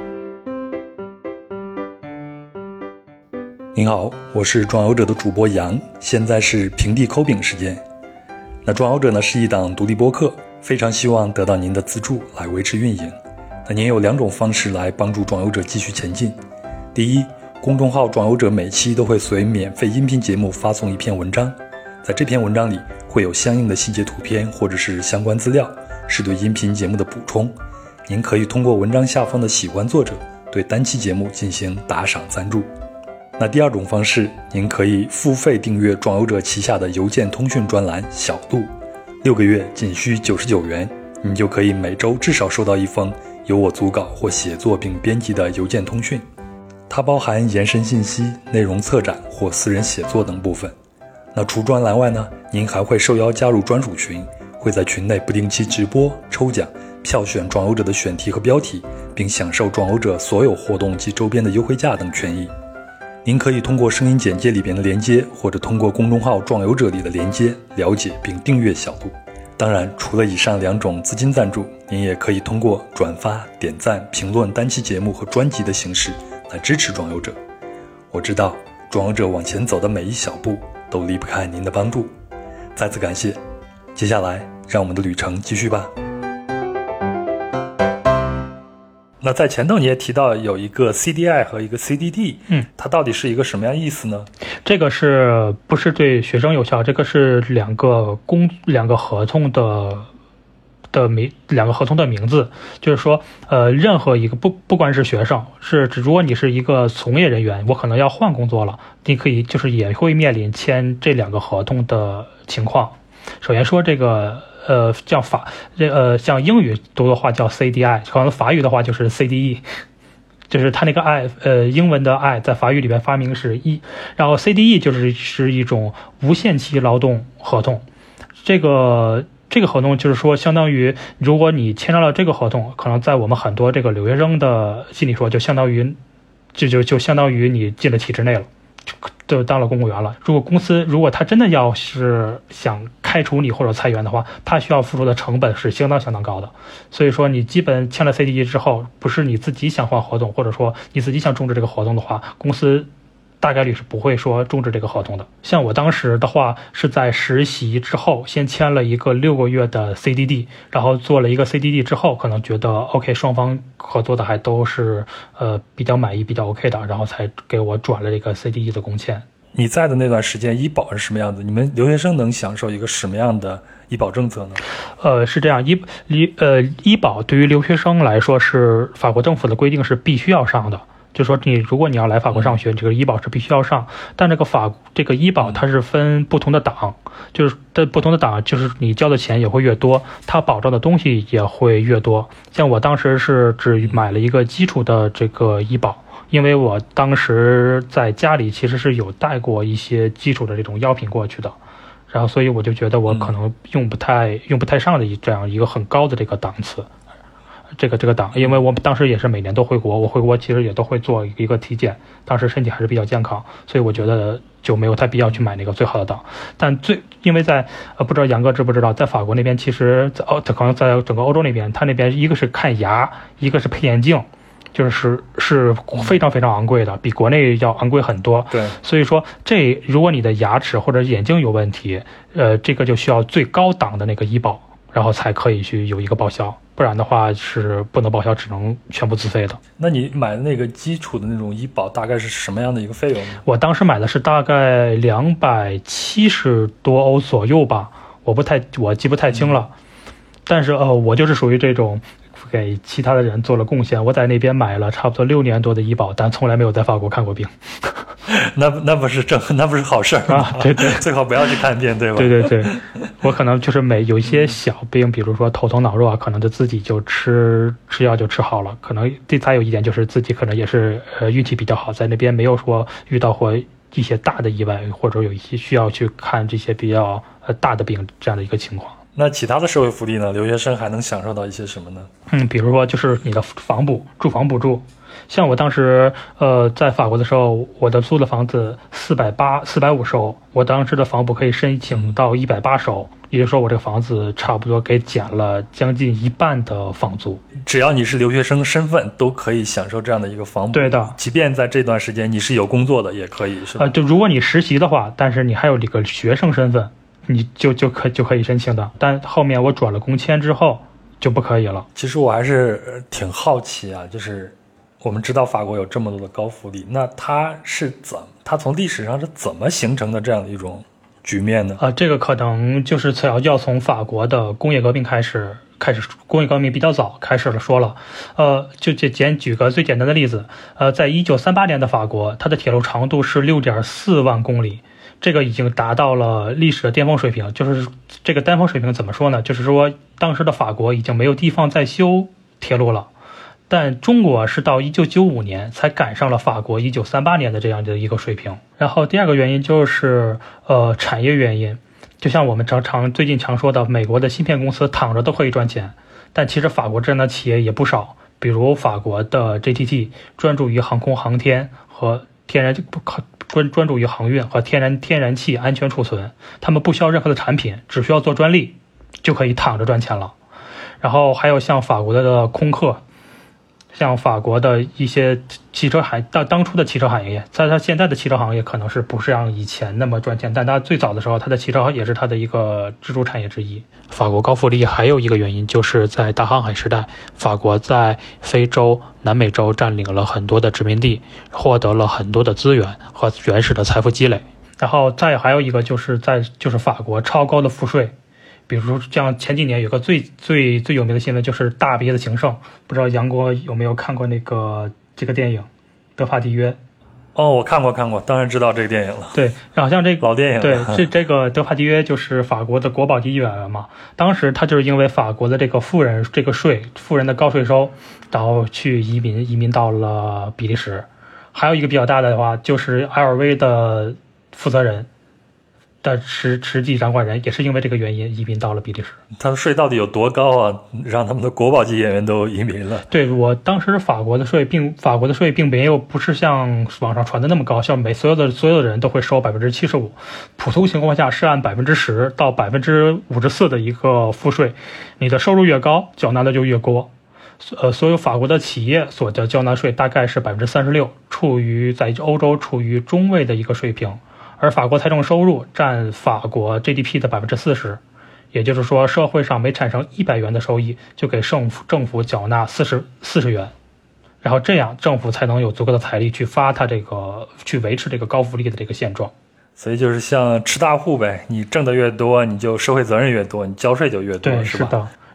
您好，我是壮游者的主播杨，现在是平地抠饼时间。那壮游者呢是一档独立播客，非常希望得到您的资助来维持运营。那您有2种方式来帮助壮游者继续前进。第一，公众号壮游者每期都会随免费音频节目发送一篇文章，在这篇文章里会有相应的细节图片或者是相关资料，是对音频节目的补充。您可以通过文章下方的喜欢作者对单期节目进行打赏赞助。那第2种方式，您可以付费订阅壮游者旗下的邮件通讯专栏小度，6个月仅需99元，你就可以每周至少收到一封由我组稿或写作并编辑的邮件通讯。它包含延伸信息、内容策展或私人写作等部分。那除专栏外呢，您还会受邀加入专属群，会在群内不定期直播、抽奖、票选壮游者的选题和标题，并享受壮游者所有活动及周边的优惠价等权益。您可以通过声音简介里边的连接，或者通过公众号壮游者里的连接了解并订阅小度。当然，除了以上2种资金赞助，您也可以通过转发、点赞、评论单期节目和专辑的形式来支持壮游者。我知道壮游者往前走的每一小步都离不开您的帮助，再次感谢。接下来让我们的旅程继续吧。那在前头你也提到有一个 CDI 和一个 CDD， 它到底是一个什么样意思呢？ 这个是不是对学生有效？这个是两个合同的名字，就是说，任何一个不管是学生，如果你是一个从业人员，我可能要换工作了，你可以就是也会面临签这2个合同的情况。首先说这个。像英语读的话叫 CDI， 可能法语的话就是 CDE， 就是它那个 I， 英文的 I 在法语里边发明是 E， 然后 CDE 是一种无限期劳动合同。这个合同就是说，相当于如果你签上了这个合同，可能在我们很多这个留学生的心里说，就相当于你进了体制内了。就当了公务员了。如果他真的要是想开除你或者裁员的话，他需要付出的成本是相当高的。所以说你基本签了 CDE 之后，不是你自己想换合同，或者说你自己想终止这个合同的话，公司大概率是不会说终止这个合同的。像我当时的话是在实习之后先签了一个6个月的 CDD， 然后做了一个 CDD 之后，可能觉得 OK， 双方合作的还都是比较满意比较 OK 的，然后才给我转了这个 CDE 的工签。 你在的那段时间医保是什么样子？你们留学生能享受一个什么样的医保政策呢？ 是这样，医保对于留学生来说是法国政府的规定是必须要上的。 就说如果你要来法国上学，这个医保是必须要上。但这个医保它是分不同的档，就是不同的档，就是你交的钱也会越多，它保障的东西也会越多。像我当时是只买了一个基础的这个医保，因为我当时在家里其实是有带过一些基础的这种药品过去的，然后所以我就觉得我可能用不太上的这样一个很高的这个档次。这个档，因为我们当时也是每年都回国，我回国其实也都会做一个体检，当时身体还是比较健康，所以我觉得就没有太必要去买那个最好的档。但因为在不知道杨哥知不知道，在法国那边，其实可能在整个欧洲那边，他那边一个是看牙，一个是配眼镜，是非常非常昂贵的，比国内要昂贵很多。 对， 所以说如果你的牙齿或者眼睛有问题，这个就需要最高档的那个医保，然后才可以去有一个报销。不然的话是不能报销，只能全部自费的。 那你买的那个基础的那种医保大概是什么样的一个费用呢？ 我当时买的是大概270多欧左右吧，我记不太清了。但是我就是属于这种给其他的人做了贡献，我在那边买了差不多6年多的医保，但从来没有在法国看过病。 那不是好事啊！对， 最好不要去看病，对吧？ 对，我可能就是有一些小病，比如说头疼脑热啊，可能就自己就吃药就吃好了。可能再有一点就是自己可能也是运气比较好，在那边没有说遇到过一些大的意外，或者有一些需要去看这些比较大的病这样的一个情况。 那其他的社会福利呢？留学生还能享受到一些什么呢？ 比如说就是你的住房补助。像我当时在法国的时候，我的租的房子450欧，我当时的房补可以申请到180欧，也就是说我这个房子差不多给减了将近一半的房租。 只要你是留学生身份，都可以享受这样的一个房补。 对的， 即便在这段时间你是有工作的，也可以，是吧？ 就如果你实习的话，但是你还有这个学生身份，你就可以申请的。但后面我转了工签之后就不可以了。 其实我还是挺好奇啊，就是我们知道法国有这么多的高福利，那它从历史上是怎么形成的这样的一种局面呢？ 这个可能就是要从法国的工业革命开始，工业革命比较早开始了说了。就举个最简单的例子，在1938年的法国，它的铁路长度是6.4万公里，这个已经达到了历史的巅峰水平。就是这个巅峰水平怎么说呢？就是说当时的法国已经没有地方再修铁路了。但中国是到1995年才赶上了法国1938年的这样的一个水平。然后第二个原因就是产业原因，就像我们最近常说的，美国的芯片公司躺着都可以赚钱，但其实法国这样的企业也不少，比如法国的 GTT 专注于航空航天和专注于航运和天然气安全储存，他们不需要任何的产品，只需要做专利就可以躺着赚钱了。然后还有像法国的空客，像法国的一些汽车当初的汽车行业，在它现在的汽车行业可能是不是像以前那么赚钱，但它最早的时候，它的汽车也是它的一个支柱产业之一。法国高福利还有一个原因，就是在大航海时代，法国在非洲、南美洲占领了很多的殖民地，获得了很多的资源和原始的财富积累。然后还有一个就是法国超高的赋税。比如说像前几年有个最有名的新闻，就是大鼻子情圣，不知道杨国有没有看过这个电影《德法缔约》？ 我看过，当然知道这个电影了。 对，然后像这个老电影了。 对，这个德法缔约就是法国的国宝级议员嘛。当时他就是因为法国的这个富人的高税收，然后去移民到了比利时。还有一个比较大的话，就是 LV 的负责人的实际掌管人也是因为这个原因移民到了比利时。 他的税到底有多高啊？让他们的国宝级演员都移民了。 对，我当时法国的税并没有不是像网上传的那么高，像所有的人都会收75%，普通情况下是按10%到54%的一个赋税，你的收入越高，缴纳的就越多。所有法国的企业所的缴纳税大概是36%，在欧洲处于中位的一个水平。而法国财政收入占法国 GDP 的40%，也就是说，社会上每产生100元的收益，就给政府缴纳40元，然后这样政府才能有足够的财力去维持这个高福利的这个现状。 所以就是像吃大户呗，你挣的越多，你就社会责任越多，你交税就越多，是吧？ 对，是的。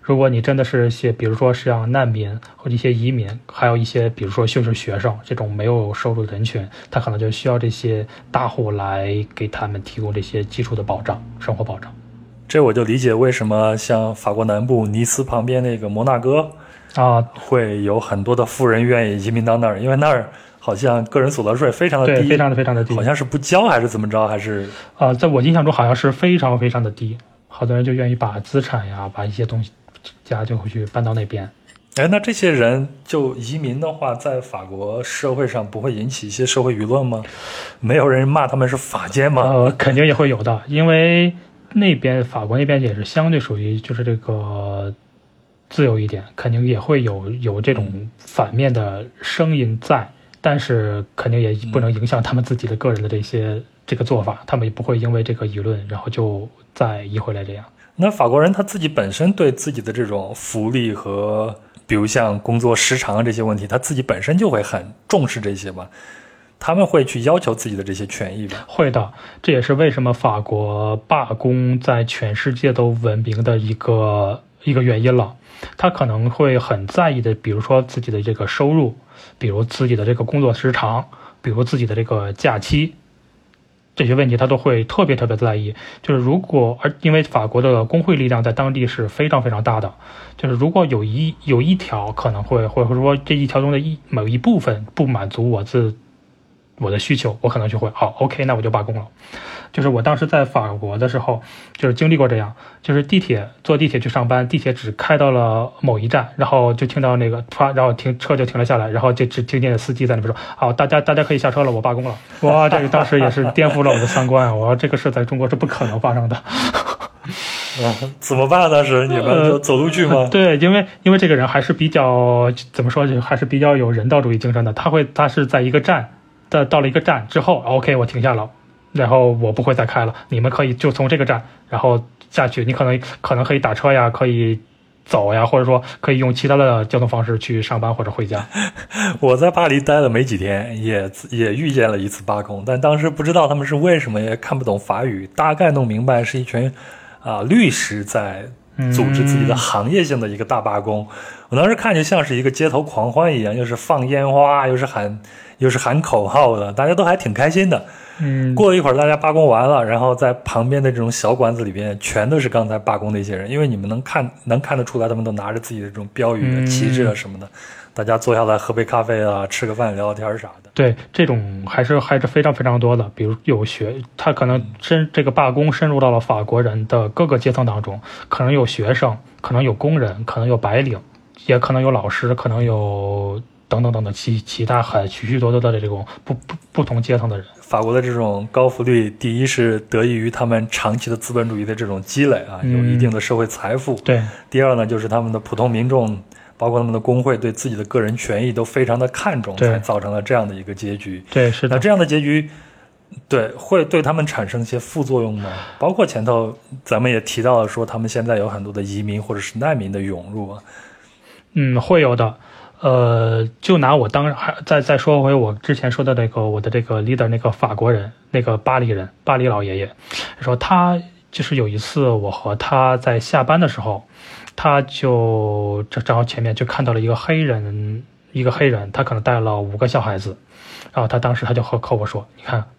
如果你真的是比如说像难民或者一些移民，还有一些比如说就是学生这种没有收入的人群，他可能就需要这些大户来给他们提供这些基础的保障，生活保障。 这我就理解为什么像法国南部尼斯旁边那个摩纳哥啊， 会有很多的富人愿意移民到那儿，因为那儿好像个人所得税非常的低， 对，非常的低， 好像是不交还是怎么着，还是在我印象中好像是非常的低，好多人就愿意把资产呀，把一些东西家就会去搬到那边。 哎，那这些人就移民的话，在法国社会上不会引起一些社会舆论吗？没有人骂他们是法奸吗？ 肯定也会有的，因为法国那边也是相对属于就是这个自由一点，肯定也会有这种反面的声音在，但是肯定也不能影响他们自己的个人的这个做法，他们也不会因为这个舆论然后就再移回来这样。 那法国人他自己本身对自己的这种福利和比如像工作时长这些问题，他自己本身就会很重视这些吧？他们会去要求自己的这些权益吧？ 会的，这也是为什么法国罢工在全世界都闻名的一个原因了。他可能会很在意的，比如说自己的这个收入，比如自己的这个工作时长，比如自己的这个假期，这些问题他都会特别在意。就是因为法国的工会力量在当地是非常大的，就是如果有一条可能会说这一条中的某一部分不满足我的需求，我可能就会好 OK， 那我就罢工了。就是我当时在法国的时候，就是经历过这样，就是坐地铁去上班，地铁只开到了某一站，然后就听到那个然后车就停了下来，然后就只听见司机在那边说好，大家可以下车了，我罢工了。哇，这个当时也是颠覆了我的三观，我说这个事在中国是不可能发生的。 怎么办？当时你们就走路去吗？ 对，因为这个人还是比较怎么说，还是比较有人道主义精神的，他是在一个站到了一个站之后 OK 我停下了，然后我不会再开了，你们可以就从这个站然后下去，你可能可以打车呀，可以走呀，或者说可以用其他的交通方式去上班或者回家。 我在巴黎待了没几天，也遇见了一次罢工，但当时不知道他们是为什么，也看不懂法语，大概弄明白是一群律师在组织自己的行业性的一个大罢工。我当时看就像是一个街头狂欢一样，又是放烟花，又是喊口号的，大家都还挺开心的。过了一会儿大家罢工完了，然后在旁边的这种小馆子里边全都是刚才罢工的一些人，因为你们能看得出来他们都拿着自己的这种标语旗帜啊什么的，大家坐下来喝杯咖啡啊，吃个饭聊聊天啥的。 对，这种还是非常多的，比如他可能这个罢工深入到了法国人的各个阶层当中，可能有学生，可能有工人，可能有白领，也可能有老师，可能有等等其他很许多的这种不同阶层的人。 法国的这种高福利，第一是得益于他们长期的资本主义的这种积累啊，有一定的社会财富。 对。 第二呢，就是他们的普通民众，包括他们的工会，对自己的个人权益都非常的看重，才造成了这样的一个结局。 对，是的。 那这样的结局，对，会对他们产生一些副作用吗？包括前头咱们也提到了，说他们现在有很多的移民或者是难民的涌入啊。 会有的。就拿我再说回我之前说的我的这个 leader 那个法国人，那个巴黎老爷爷，说他就是有一次我和他在下班的时候，他就正好前面就看到了一个黑人，他可能带了5个小孩子，然后他当时就和我说，你看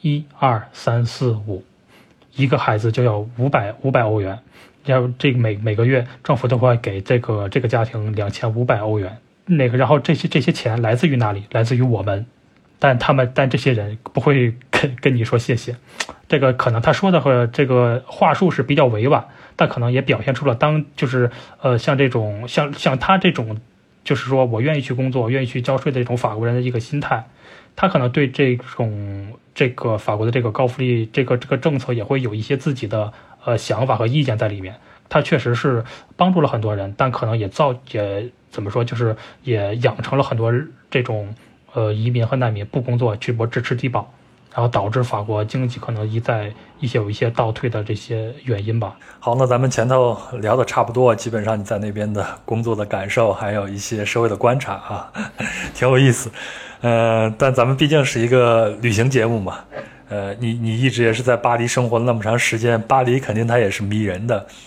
1、2、3、4、5，一个孩子就要500欧元，要这每个月政府都会给这个家庭2500欧元。然后这些钱来自于哪里？来自于我们，但这些人不会跟你说谢谢。这个可能他说的和这个话术是比较委婉，但可能也表现出了像这种像他这种，就是说我愿意去工作，愿意去交税的这种法国人的一个心态。他可能对这个法国的这个高福利这个政策也会有一些自己的想法和意见在里面。他确实是帮助了很多人，但可能也怎么说，就是也养成了很多这种移民和难民不工作去吃低保，然后导致法国经济可能有一些倒退的这些原因吧。 好，那咱们前头聊的差不多，基本上你在那边的工作的感受，还有一些社会的观察啊，挺有意思。但咱们毕竟是一个旅行节目嘛，你一直也是在巴黎生活了那么长时间，巴黎肯定它也是迷人的。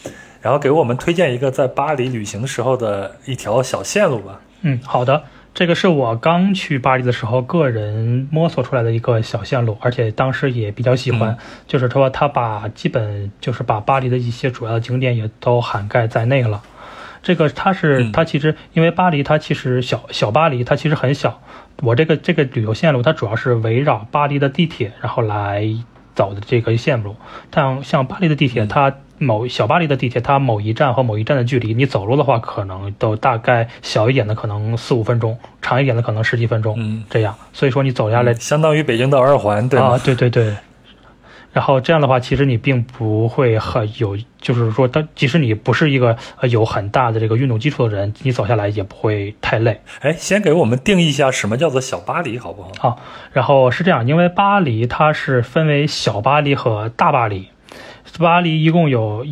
然后给我们推荐一个在巴黎旅行时候的一条小线路吧。 好的。这个是我刚去巴黎的时候个人摸索出来的一个小线路，而且当时也比较喜欢，就是说它基本就是把巴黎的一些主要的景点也都涵盖在内了。这个它其实因为巴黎它其实小巴黎它其实很小，我这个旅游线路它主要是围绕巴黎的地铁然后来走的这个线路。像巴黎的地铁小巴黎的地铁，它某一站和某一站的距离，你走路的话可能都大概小一点的可能4-5分钟，长一点的可能10几分钟，这样。所以说你走下来， 相当于北京的2环，对吗？ 对。然后这样的话，其实你并不会就是说，即使你不是一个有很大的这个运动基础的人，你走下来也不会太累。 先给我们定义一下什么叫做小巴黎，好不好？ 好，然后是这样，因为巴黎它是分为小巴黎和大巴黎。小巴黎一共有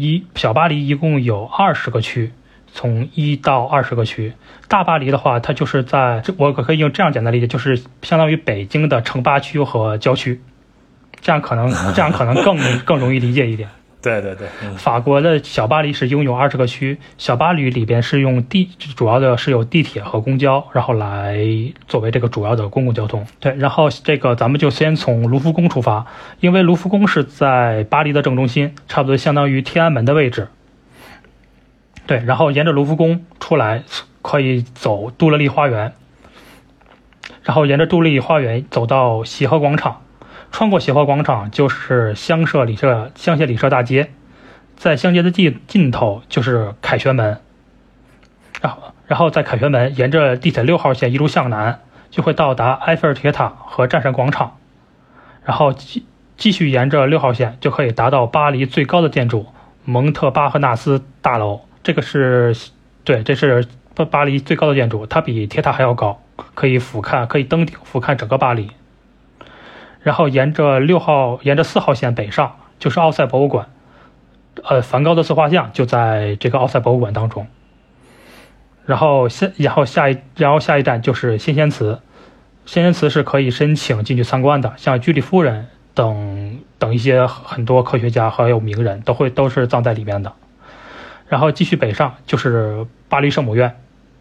20个区，从1到20个区。大巴黎的话，它就是我可以用这样简单理解，就是相当于北京的城8区和郊区，这样可能更容易理解一点。 对， 法国的小巴黎是拥有20个区，小巴黎里边是主要的是有地铁和公交，然后来作为这个主要的公共交通。对，然后这个咱们就先从卢浮宫出发，因为卢浮宫是在巴黎的正中心，差不多相当于天安门的位置。对，然后沿着卢浮宫出来可以走杜乐丽花园，然后沿着杜乐丽花园走到协和广场。穿过协和广场就是香榭里舍大街，在香街的尽头就是凯旋门，然后在凯旋门沿着地铁6号线一路向南，就会到达埃菲尔铁塔和战神广场，然后继续沿着6号线就可以达到巴黎最高的建筑蒙特巴赫纳斯大楼。这是巴黎最高的建筑，它比铁塔还要高，可以登顶俯瞰整个巴黎。然后沿着4号线北上就是奥赛博物馆，梵高的自画像就在这个奥赛博物馆当中。然后下一站就是先贤祠，先贤祠是可以申请进去参观的，像居里夫人等一些很多科学家还有名人都是葬在里面的。然后继续北上就是巴黎圣母院，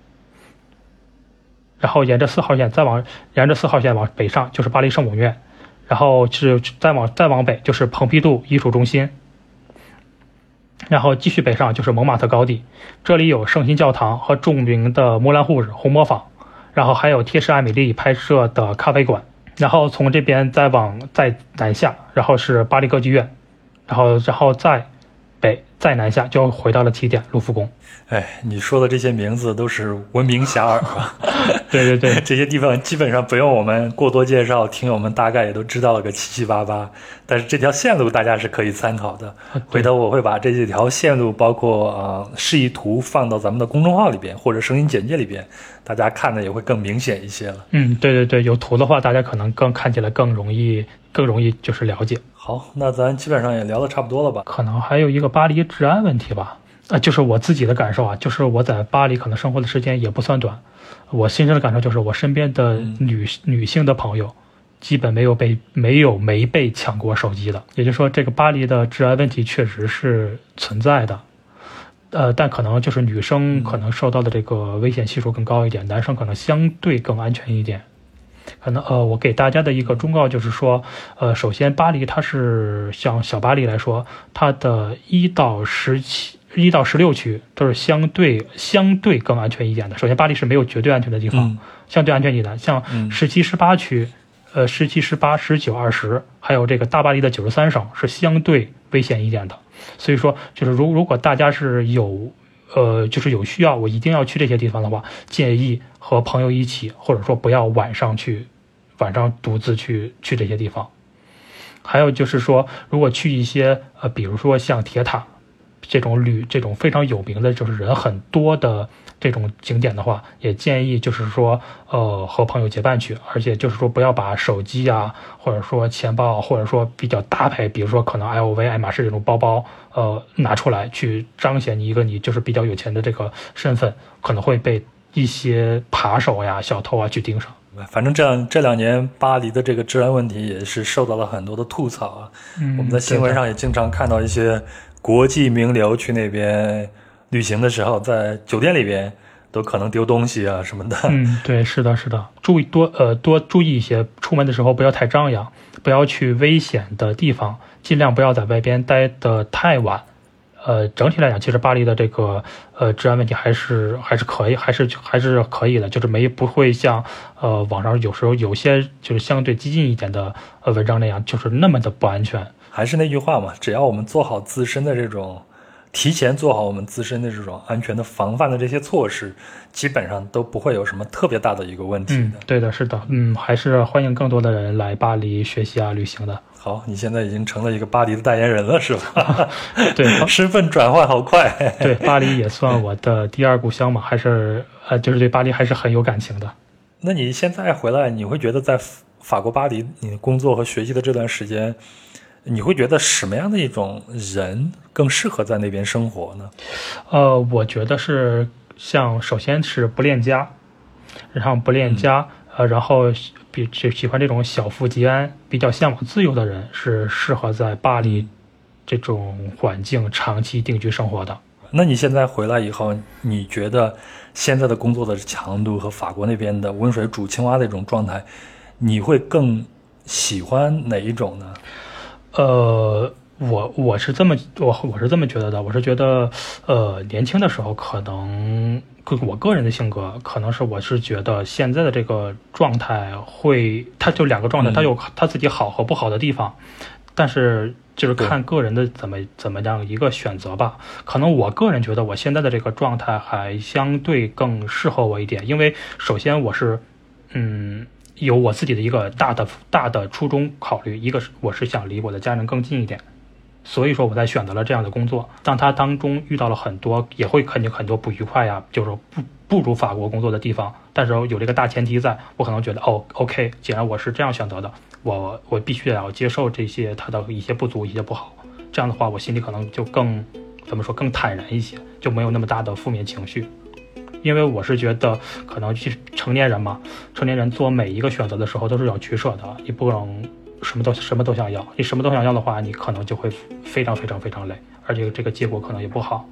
然后沿着4号线往北上就是巴黎圣母院。然后是再往北就是蓬皮杜艺术中心，然后继续北上就是蒙马特高地，这里有圣心教堂和著名的木兰护士红磨坊，然后还有贴士艾米丽拍摄的咖啡馆。然后从这边再南下，然后是巴黎歌剧院，然后再南下就回到了起点卢浮宫。 你说的这些名字都是闻名遐迩啊。 对， 这些地方基本上不用我们过多介绍，听友们大概也都知道了个七七八八。但是这条线路大家是可以参考的，回头我会把这几条线路包括示意图放到咱们的公众号里边或者声音简介里边，大家看的也会更明显一些了。 对，有图的话大家可能看起来更容易就是了解。 好，那咱基本上也聊得差不多了吧？ 可能还有一个巴黎治安问题吧。就是我自己的感受啊，就是我在巴黎可能生活的时间也不算短，我亲身的感受就是我身边的女性的朋友基本没被抢过手机的，也就是说这个巴黎的治安问题确实是存在的。但可能就是女生可能受到的这个危险系数更高一点，男生可能相对更安全一点。可能我给大家的一个忠告就是说，首先巴黎它是像小巴黎来说，它的1到16区都是相对更安全一点的。首先巴黎是没有绝对安全的地方，相对安全一点。像17、18区，17、18、19、20，还有这个大巴黎的93省是相对危险一点的。所以说就是如果大家是就是有需要我一定要去这些地方的话，建议和朋友一起，或者说不要晚上独自去这些地方。还有就是说如果去一些比如说像铁塔这种非常有名的就是人很多的这种景点的话，也建议就是说和朋友结伴去，而且就是说不要把手机啊，或者说钱包，或者说比较大牌，比如说可能 LV 爱马仕这种包包拿出来去彰显你就是比较有钱的这个身份，可能会被一些扒手呀小偷啊去盯上。 反正这2年巴黎的这个治安问题也是受到了很多的吐槽啊。我们在新闻上也经常看到一些国际名流去那边旅行的时候，在酒店里边都可能丢东西啊什么的。 对，是的，多注意一些，出门的时候不要太张扬，不要去危险的地方，尽量不要在外边待得太晚。整体来讲，其实巴黎的这个治安问题还是可以的，就是不会像网上有时候有些就是相对激进一点的文章那样，就是那么的不安全。 还是那句话嘛，只要我们提前做好我们自身的这种安全的防范的这些措施，基本上都不会有什么特别大的一个问题的。 对的，是的，还是欢迎更多的人来巴黎学习啊，旅行的。 好，你现在已经成了一个巴黎的代言人了，是吧？ 对， 身份转换好快。 对，巴黎也算我的第二故乡嘛，还是就是对巴黎还是很有感情的。 那你现在回来，你会觉得在法国巴黎，你工作和学习的这段时间，你会觉得什么样的一种人更适合在那边生活呢？ 我觉得是首先是不恋家，然后然后喜欢这种小富即安、比较向往自由的人，是适合在巴黎这种环境长期定居生活的。 那你现在回来以后，你觉得现在的工作的强度和法国那边的温水煮青蛙的这种状态，你会更喜欢哪一种呢？ 我是这么觉得的。我是觉得，年轻的时候可能我个人的性格，可能是我是觉得现在的这个状态它就两个状态，它有它自己好和不好的地方，但是就是看个人的怎么样一个选择吧。可能我个人觉得我现在的这个状态还相对更适合我一点，因为首先我是有我自己的一个大的初衷考虑，一个是我是想离我的家人更近一点，所以说我才选择了这样的工作。当他当中遇到了也会肯定很多不愉快呀，就是不如法国工作的地方，但是有这个大前提在，我可能觉得OK， 既然我是这样选择的，我必须要接受这些他的一些不足一些不好，这样的话我心里可能就更坦然一些，就没有那么大的负面情绪。因为我是觉得可能成年人做每一个选择的时候都是要取舍的，你不能什么都想要，你什么都想要的话，你可能就会非常非常非常累，而且这个结果可能也不好。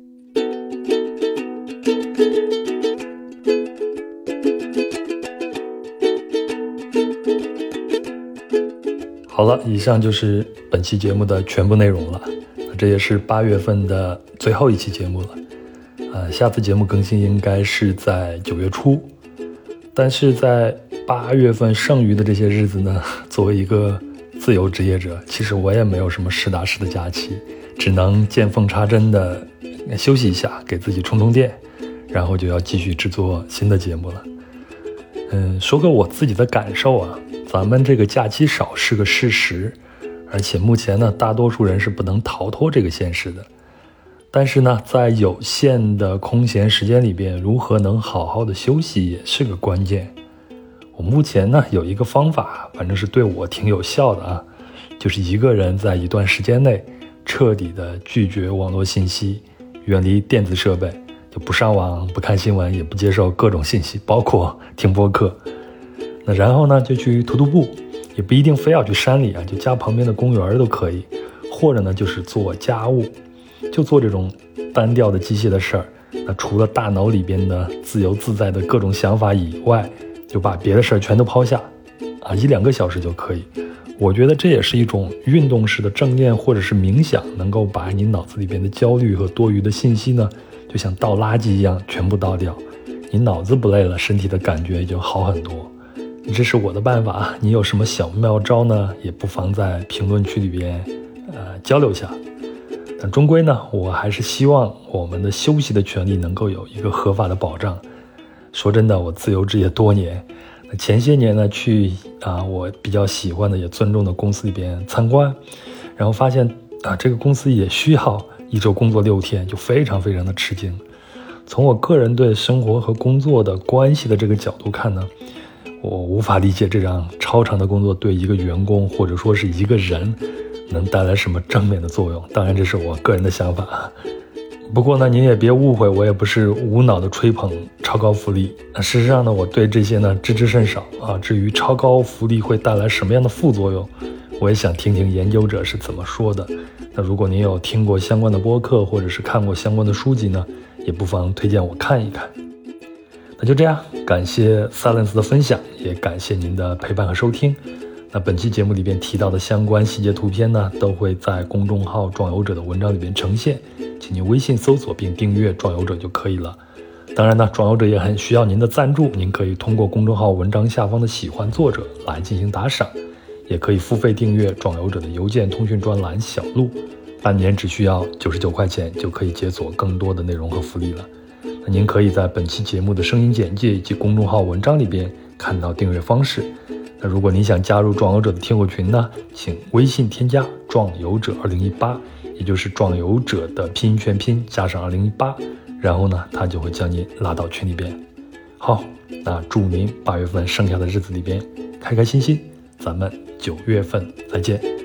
好了，以上就是本期节目的全部内容了，这也是8月份的最后一期节目了。下次节目更新应该是在9月初，但是在8月份剩余的这些日子呢，作为一个自由职业者，其实我也没有什么实打实的假期，只能见缝插针的休息一下，给自己充电，然后就要继续制作新的节目了。说个我自己的感受啊，咱们这个假期少是个事实，而且目前呢，大多数人是不能逃脱这个现实的。但是呢，在有限的空闲时间里边，如何能好好的休息也是个关键。我目前呢有一个方法，反正是对我挺有效的啊，就是一个人在一段时间内彻底的拒绝网络信息，远离电子设备，就不上网，不看新闻，也不接受各种信息，包括听播客。那然后呢就去徒步，也不一定非要去山里啊，就家旁边的公园都可以，或者呢就是做家务，就做这种单调的机械的事儿。那除了大脑里边的自由自在的各种想法以外，就把别的事儿全都抛下，1-2个小时就可以。我觉得这也是一种运动式的正念或者是冥想，能够把你脑子里边的焦虑和多余的信息呢，就像倒垃圾一样全部倒掉。你脑子不累了，身体的感觉也就好很多。这是我的办法，你有什么小妙招呢？也不妨在评论区里边交流一下。但终归呢，我还是希望我们的休息的权利能够有一个合法的保障。说真的，我自由职业多年，前些年呢去我比较喜欢的也尊重的公司里边参观，然后发现这个公司也需要一周工作6天，就非常非常的吃惊。从我个人对生活和工作的关系的这个角度看呢，我无法理解这样超长的工作对一个员工或者说是一个人能带来什么正面的作用。当然这是我个人的想法，不过呢您也别误会，我也不是无脑的吹捧超高福利。事实上呢，我对这些呢知之甚少至于超高福利会带来什么样的副作用， 我也想听听研究者是怎么说的。那如果您有听过相关的播客，或者是看过相关的书籍呢，也不妨推荐我看一看。那就这样，感谢 Silence 的分享，也感谢您的陪伴和收听。那本期节目里边提到的相关细节图片呢，都会在公众号壮游者的文章里边呈现，请您微信搜索并订阅壮游者就可以了。当然呢，壮游者也很需要您的赞助，您可以通过公众号文章下方的喜欢作者来进行打赏，也可以付费订阅壮游者的邮件通讯专栏小路，半年只需要99块钱就可以解锁更多的内容和福利了。那您可以在本期节目的声音简介以及公众号文章里边看到订阅方式。那如果您想加入壮游者的听友群呢，请微信添加壮游者2018，也就是壮游者的拼音全拼加上2018，然后呢他就会将您拉到群里边。好，那祝您8月份剩下的日子里边开开心心，咱们9月份再见。